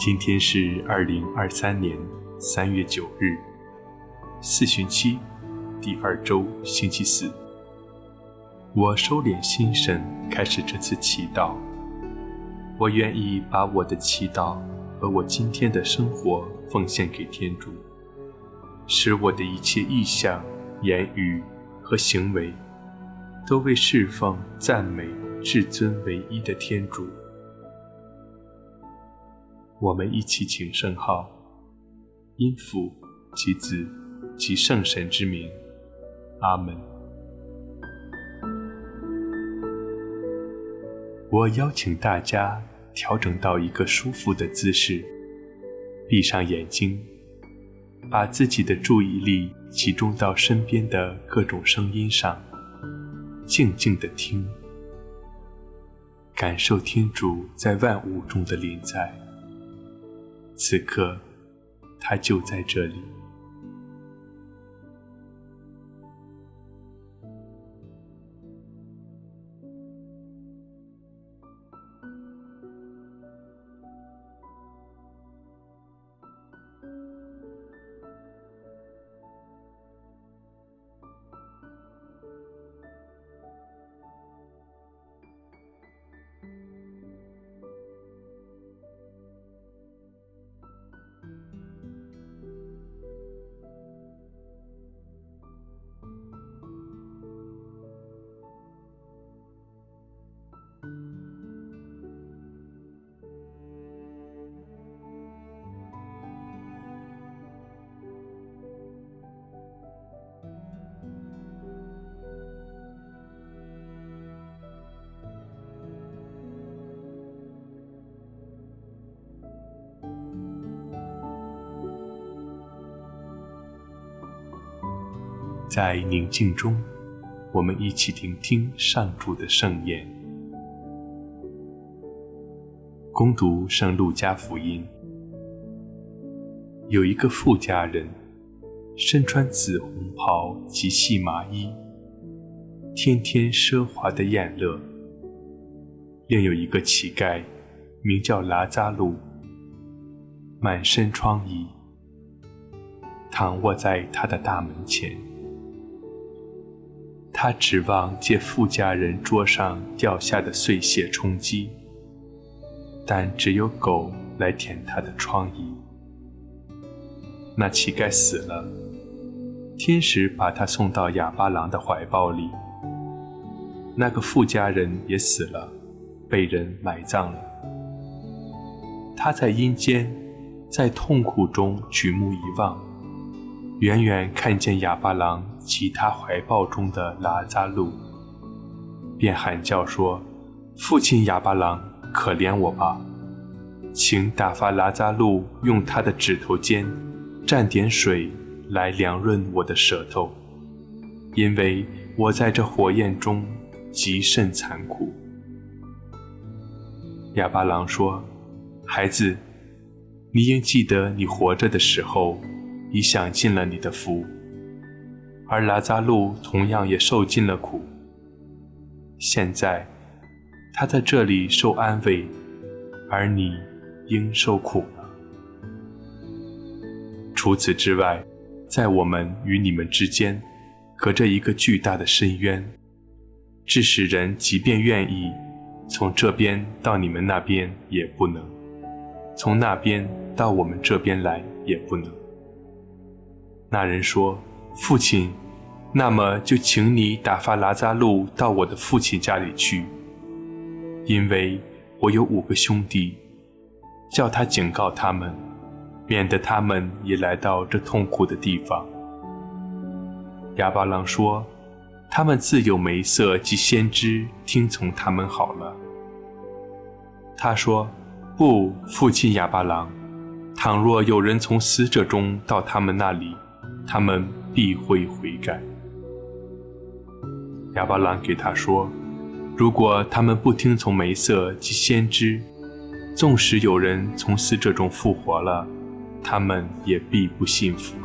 今天是2023年3月9日，四旬期第2周星期四。我收敛心神，开始这次祈祷。我愿意把我的祈祷和我今天的生活奉献给天主，使我的一切意向、言语和行为都为侍奉、赞美至尊唯一的天主。我们一起请圣号，因父及子及圣神之名，阿们。我邀请大家调整到一个舒服的姿势，闭上眼睛，把自己的注意力集中到身边的各种声音上，静静地听，感受天主在万物中的临在。此刻，他就在这里。在宁静中，我们一起聆听上主的圣言。恭读圣路加福音。有一个富家人，身穿紫红袍及细麻衣，天天奢华的宴乐。另有一个乞丐，名叫拉扎路，满身疮痍，躺卧在他的大门前。他指望借富家人桌上掉下的碎屑充饥，但只有狗来舔他的疮痍。那乞丐死了，天使把他送到哑巴郎的怀抱里。那个富家人也死了，被人埋葬了。他在阴间，在痛苦中举目一望，远远看见哑巴郎及他怀抱中的拉扎路，便喊叫说：父亲哑巴郎，可怜我吧，请打发拉扎路用他的指头尖蘸点水来凉润我的舌头，因为我在这火焰中极甚残酷。哑巴郎说：孩子，你应记得你活着的时候已享尽了你的福，而拉扎路同样也受尽了苦。现在他在这里受安慰，而你应受苦了。除此之外，在我们与你们之间隔着一个巨大的深渊，致使人即便愿意从这边到你们那边也不能，从那边到我们这边来也不能。那人说：父亲，那么就请你打发拉扎路到我的父亲家里去，因为我有5个兄弟，叫他警告他们，免得他们也来到这痛苦的地方。哑巴郎说：他们自有梅瑟及先知听从他们好了。他说：不，父亲哑巴郎，倘若有人从死者中到他们那里，他们必会悔改。哑巴郎给他说：如果他们不听从梅瑟及先知，纵使有人从死者中复活了，他们也必不信服。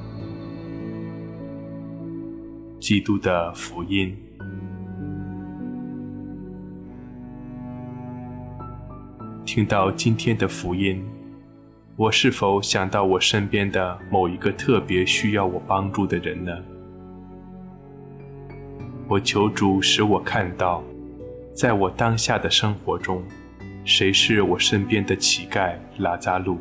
基督的福音。听到今天的福音， 我是否想到我身边的某一个特别需要我帮助的人呢？我求主使我看到，在我当下的生活中，谁是我身边的乞丐拉扎路。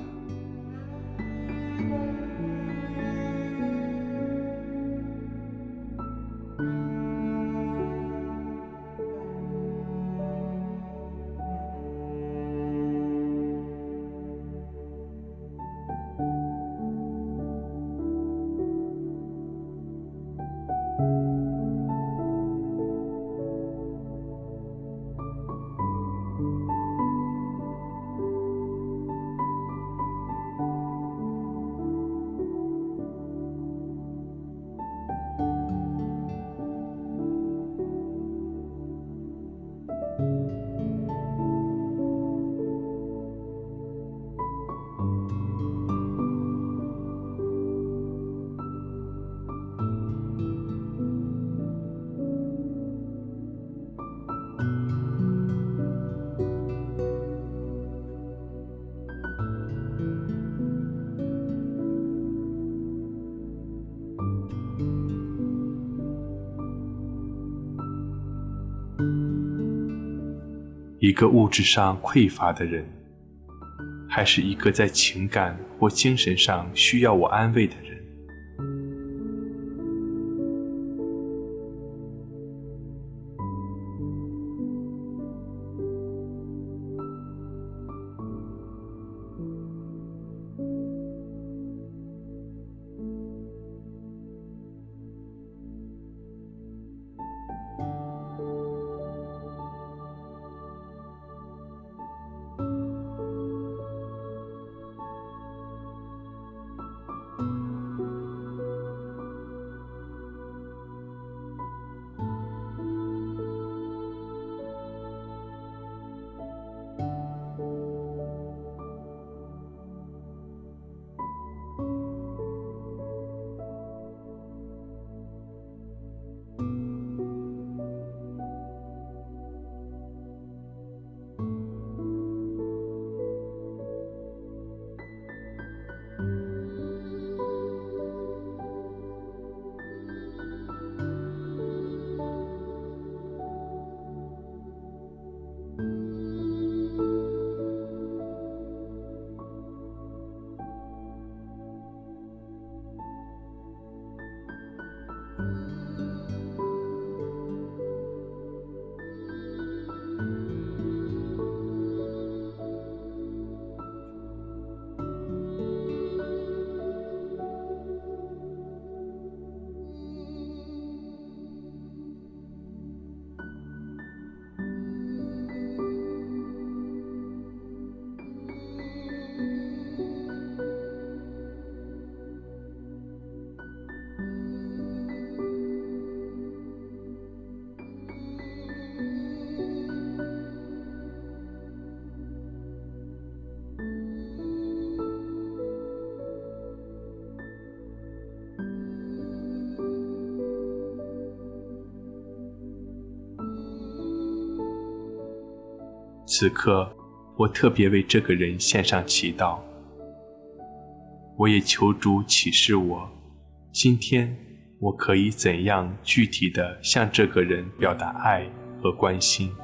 一个物质上匮乏的人，还是一个在情感或精神上需要我安慰的人？此刻，我特别为这个人献上祈祷。我也求主启示我，今天我可以怎样具体地向这个人表达爱和关心。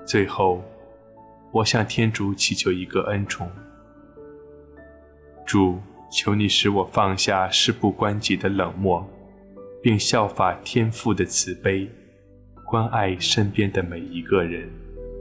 最后，我向天主祈求一个恩宠。主，求你使我放下事不关己的冷漠，并效法天父的慈悲，关爱身边的每一个人。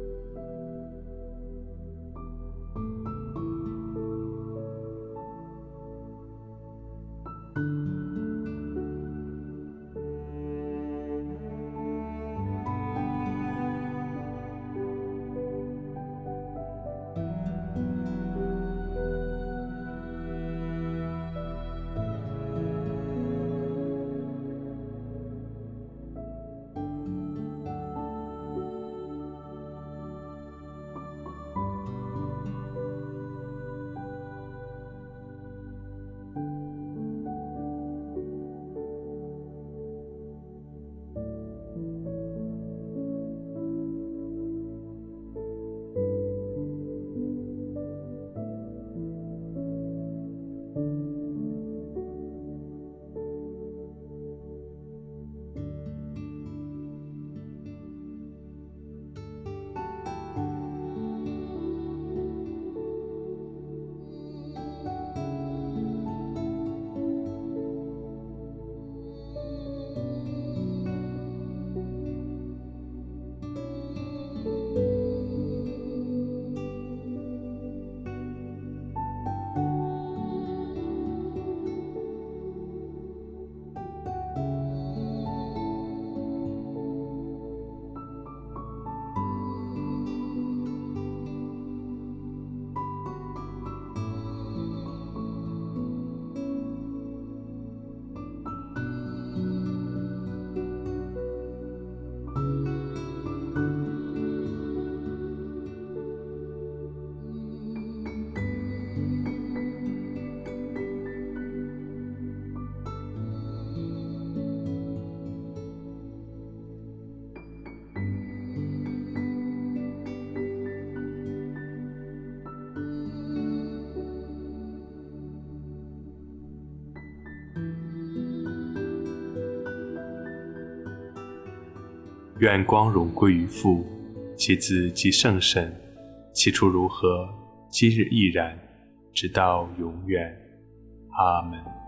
愿光荣归于父，其子及圣神，起初如何，今日亦然，直到永远。阿们。